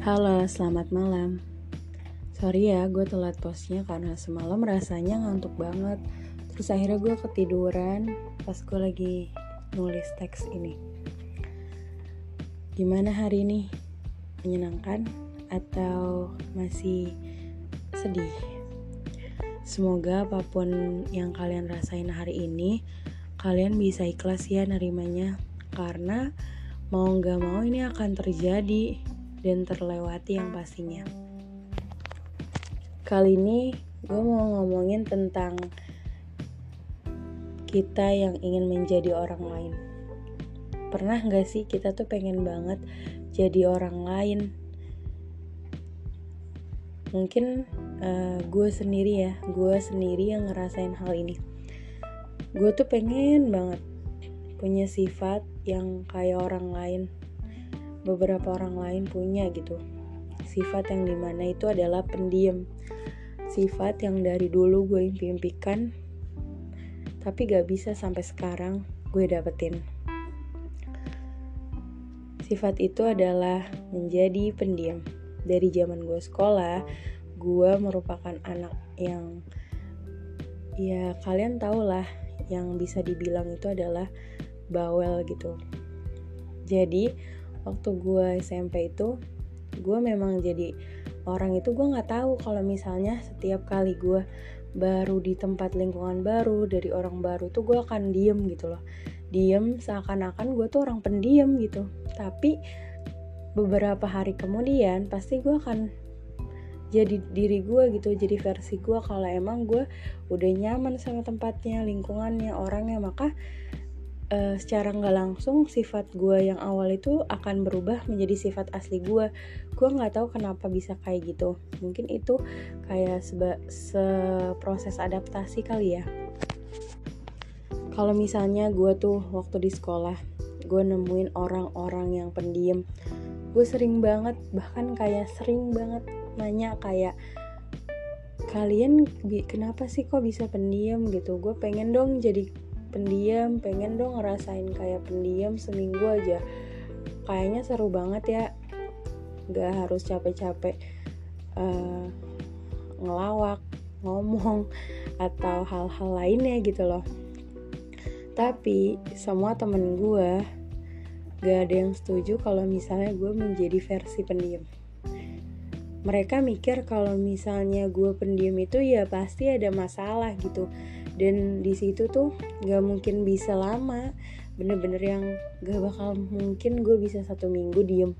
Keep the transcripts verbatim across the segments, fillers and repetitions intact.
Halo, selamat malam. Sorry ya, gue telat postnya karena semalam rasanya ngantuk banget. Terus akhirnya gue ketiduran pas gue lagi nulis teks ini. Gimana hari ini? Menyenangkan atau masih sedih? Semoga apapun yang kalian rasain hari ini, kalian bisa ikhlas ya nerimanya. Karena mau gak mau ini akan terjadi dan terlewati yang pastinya. Kali ini gue mau ngomongin tentang kita yang ingin menjadi orang lain. Pernah gak sih kita tuh pengen banget jadi orang lain? Mungkin uh, gue sendiri ya, gue sendiri yang ngerasain hal ini. Gue tuh pengen banget punya sifat yang kayak orang lain. Beberapa orang lain punya gitu. Sifat yang dimana itu adalah pendiam. Sifat yang dari dulu gue impi-impikan, tapi gak bisa sampai sekarang gue dapetin. Sifat itu adalah menjadi pendiam. Dari zaman gue sekolah, gue merupakan anak yang, ya kalian tau lah, yang bisa dibilang itu adalah bawel gitu. Jadi waktu gue S M P itu, gue memang jadi orang itu gue nggak tahu kalau misalnya setiap kali gue baru di tempat lingkungan baru dari orang baru tuh gue akan diem gitu loh, diem seakan-akan gue tuh orang pendiam gitu. Tapi beberapa hari kemudian pasti gue akan jadi diri gue gitu, jadi versi gue kalau emang gue udah nyaman sama tempatnya, lingkungannya, orangnya, maka Uh, secara nggak langsung sifat gue yang awal itu akan berubah menjadi sifat asli gue. Gue nggak tahu kenapa bisa kayak gitu. Mungkin itu kayak seba- seproses adaptasi kali ya. Kalau misalnya gue tuh waktu di sekolah, gue nemuin orang-orang yang pendiam, gue sering banget, bahkan kayak sering banget nanya kayak, kalian bi- kenapa sih kok bisa pendiam gitu? Gue pengen dong jadi pendiam, pengen dong ngerasain kayak pendiam seminggu aja. Kayaknya seru banget ya, gak harus capek-capek uh, ngelawak, ngomong, atau hal-hal lainnya gitu loh. Tapi semua temen gue gak ada yang setuju kalau misalnya gue menjadi versi pendiam. Mereka mikir kalau misalnya gue pendiam itu ya pasti ada masalah gitu. Dan di situ tuh gak mungkin bisa lama, bener-bener yang gak bakal mungkin gue bisa satu minggu diem,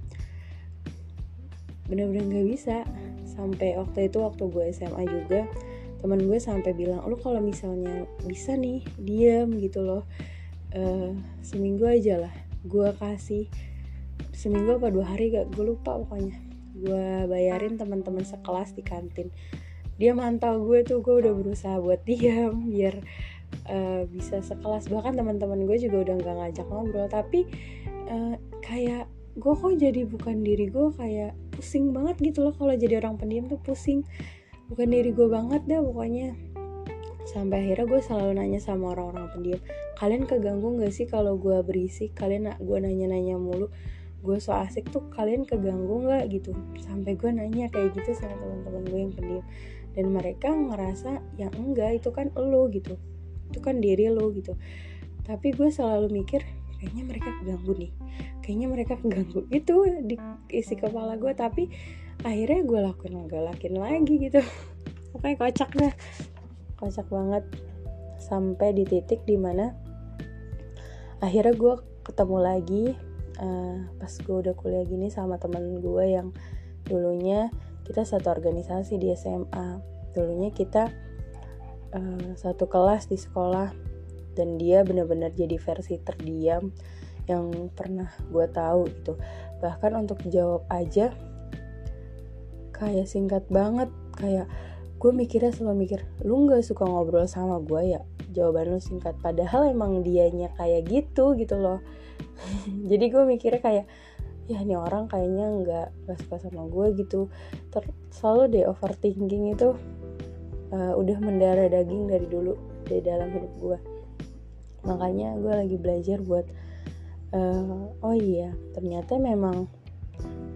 bener-bener gak bisa. Sampai waktu itu waktu gue S M A juga, teman gue sampai bilang, lu kalau misalnya bisa nih diem gitu loh, uh, seminggu aja lah, gue kasih seminggu apa dua hari gak, gue lupa pokoknya, gue bayarin teman-teman sekelas di kantin. Dia mantau gue tuh, gue udah berusaha buat diam biar uh, bisa sekelas. Bahkan teman-teman gue juga udah nggak ngajak ngobrol. Tapi uh, kayak gue kok jadi bukan diri gue, kayak pusing banget gitu loh kalau jadi orang pendiam tuh pusing. Bukan diri gue banget dah pokoknya. Sampai akhirnya gue selalu nanya sama orang-orang pendiam, kalian keganggu nggak sih kalau gue berisik? Kalian gue nanya-nanya mulu, gue so asik tuh, kalian keganggu nggak gitu? Sampai gue nanya kayak gitu sama teman-teman gue yang pendiam. Dan mereka ngerasa ya enggak, itu kan elo gitu, itu kan diri lo gitu. Tapi gue selalu mikir kayaknya mereka keganggu nih, kayaknya mereka keganggu itu di isi kepala gue. Tapi akhirnya gue lakuin gak lakuin lagi gitu. Pokoknya kocak dah, kocak banget. Sampai di titik dimana akhirnya gue ketemu lagi uh, pas gue udah kuliah gini sama teman gue yang dulunya kita satu organisasi di S M A. Dulunya kita uh, satu kelas di sekolah, dan dia benar-benar jadi versi terdiam yang pernah gue tahu gitu. Bahkan untuk jawab aja kayak singkat banget, kayak gue mikirnya selalu mikir, lu nggak suka ngobrol sama gue ya? Jawaban lu singkat, padahal emang dianya kayak gitu gitu loh. Jadi gue mikirnya kayak, ya ini orang kayaknya nggak nggak suka sama gue gitu. Ter- selalu deh overthinking itu uh, udah mendarah daging dari dulu di dalam hidup gue. Makanya gue lagi belajar buat uh, oh iya ternyata memang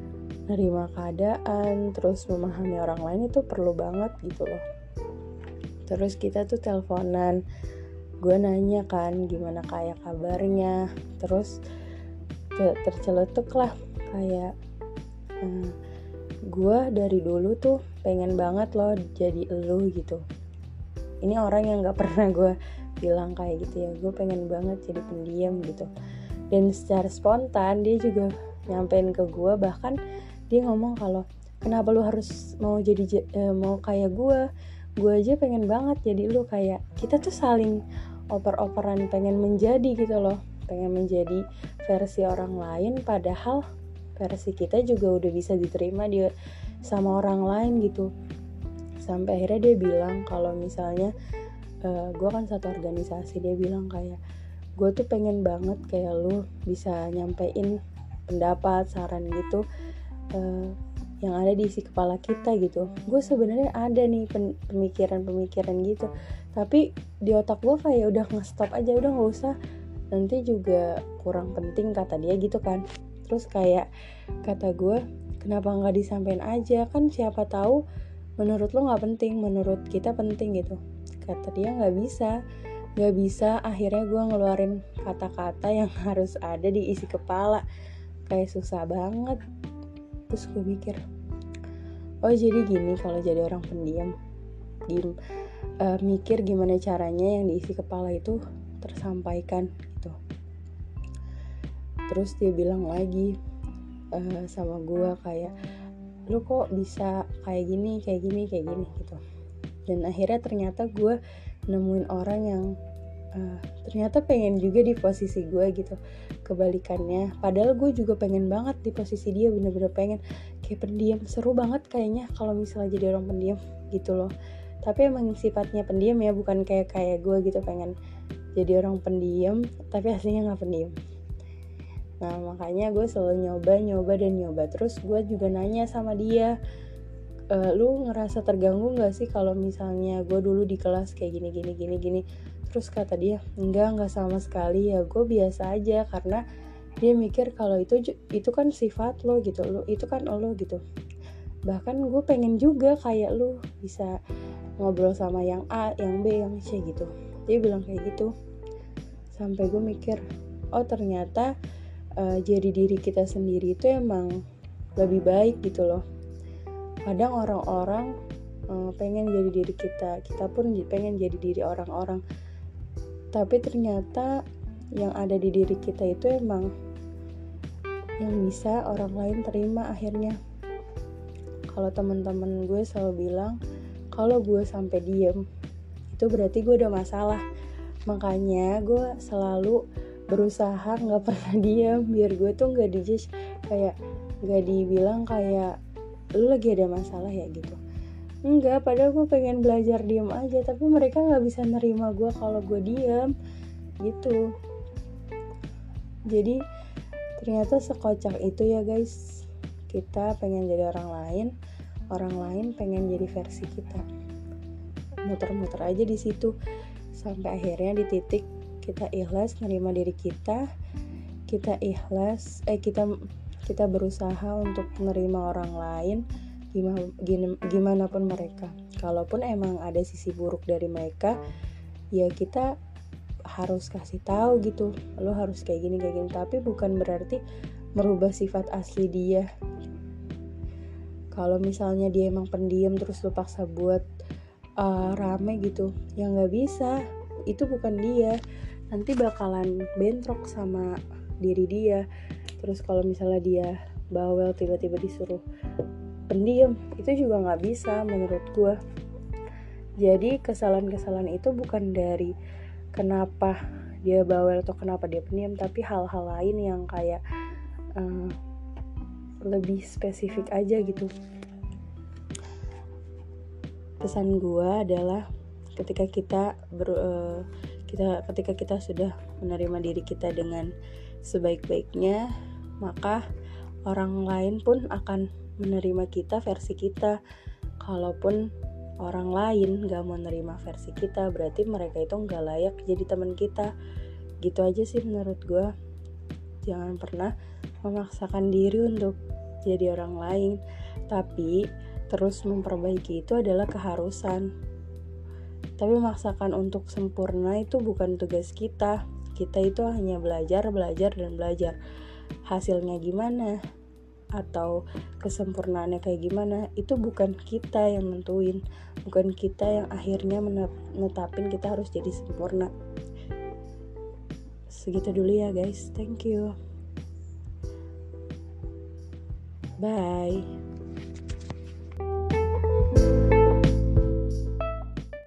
nerima keadaan, terus memahami orang lain itu perlu banget gitu loh. Terus kita tuh teleponan, gue nanya kan gimana kayak kabarnya, terus ter- terceletuk lah kayak eh, gue dari dulu tuh pengen banget loh jadi elu gitu. Ini orang yang gak pernah gue bilang kayak gitu ya, gue pengen banget jadi pendiam gitu. Dan secara spontan dia juga nyampein ke gue, bahkan dia ngomong kalau kenapa lu harus mau jadi uh, mau kayak gue, gue aja pengen banget jadi lu. Kayak kita tuh saling oper-operan pengen menjadi gitu loh, pengen menjadi versi orang lain, padahal versi kita juga udah bisa diterima dia sama orang lain gitu. Sampai akhirnya dia bilang kalau misalnya uh, gue kan satu organisasi, dia bilang kayak gue tuh pengen banget kayak lu bisa nyampein pendapat, saran gitu uh, yang ada di isi kepala kita gitu. Gue sebenarnya ada nih pen- pemikiran-pemikiran gitu, tapi di otak gue kayak udah nge-stop aja, udah nggak usah, nanti juga kurang penting kata dia gitu kan. Terus kayak kata gue, kenapa nggak disampein aja, kan siapa tahu menurut lo nggak penting, menurut kita penting gitu. Kata dia nggak bisa, nggak bisa. Akhirnya gue ngeluarin kata-kata yang harus ada di isi kepala, kayak susah banget. Terus gue mikir, oh jadi gini kalau jadi orang pendiam, Gim, uh, mikir gimana caranya yang diisi kepala itu tersampaikan gitu. Terus dia bilang lagi uh, sama gue kayak, lu kok bisa kayak gini, kayak gini, kayak gini gitu. Dan akhirnya ternyata gue nemuin orang yang uh, ternyata pengen juga di posisi gue gitu. Kebalikannya, padahal gue juga pengen banget di posisi dia, bener-bener pengen kayak pendiam. Seru banget kayaknya kalau misalnya jadi orang pendiam gitu loh. Tapi emang sifatnya pendiam ya, bukan kayak kayak gue gitu pengen jadi orang pendiam tapi aslinya gak pendiam. Nah makanya gue selalu nyoba, nyoba dan nyoba. Terus gue juga nanya sama dia, e, lu ngerasa terganggu gak sih kalau misalnya gue dulu di kelas kayak gini, gini, gini, gini. Terus kata dia, enggak, enggak sama sekali ya, gue biasa aja. Karena dia mikir kalau itu itu kan sifat lo gitu, lo itu kan lo gitu. Bahkan gue pengen juga kayak lu bisa ngobrol sama yang A, yang B, yang C gitu. Dia bilang kayak gitu. Sampai gue mikir, oh ternyata Uh, jadi diri kita sendiri itu emang lebih baik gitu loh. Kadang orang-orang uh, pengen jadi diri kita, kita pun pengen jadi diri orang-orang, tapi ternyata yang ada di diri kita itu emang yang bisa orang lain terima akhirnya. Kalau teman-teman gue selalu bilang kalau gue sampai diem itu berarti gue udah masalah. Makanya gue selalu berusaha nggak pernah diam, biar gue tuh nggak dijudge, kayak nggak dibilang kayak lu lagi ada masalah ya gitu. Enggak, padahal gue pengen belajar diam aja, tapi mereka nggak bisa nerima gue kalau gue diam gitu. Jadi ternyata sekocak itu ya guys, kita pengen jadi orang lain, orang lain pengen jadi versi kita, muter-muter aja di situ sampai akhirnya di titik kita ikhlas nerima diri kita, kita ikhlas, eh kita kita berusaha untuk menerima orang lain, gimana, gimana pun mereka. Kalaupun emang ada sisi buruk dari mereka, ya kita harus kasih tahu gitu, lo harus kayak gini kayak gini. Tapi bukan berarti merubah sifat asli dia. Kalau misalnya dia emang pendiam terus lo paksa buat uh, rame gitu, ya nggak bisa. Itu bukan dia. Nanti bakalan bentrok sama diri dia. Terus kalau misalnya dia bawel tiba-tiba disuruh pendiam, itu juga gak bisa menurut gue. Jadi kesalahan-kesalahan itu bukan dari kenapa dia bawel atau kenapa dia pendiam, tapi hal-hal lain yang kayak uh, lebih spesifik aja gitu. Pesan gue adalah ketika kita ber, uh, kita ketika kita sudah menerima diri kita dengan sebaik-baiknya, maka orang lain pun akan menerima kita versi kita. Kalaupun orang lain gak mau nerima versi kita, berarti mereka itu gak layak jadi teman kita. Gitu aja sih menurut gue. Jangan pernah memaksakan diri untuk jadi orang lain, tapi terus memperbaiki itu adalah keharusan. Tapi memaksakan untuk sempurna itu bukan tugas kita. Kita itu hanya belajar, belajar, dan belajar. Hasilnya gimana atau kesempurnaannya kayak gimana, itu bukan kita yang nentuin, bukan kita yang akhirnya menetapin kita harus jadi sempurna. Segitu dulu ya guys, thank you, bye.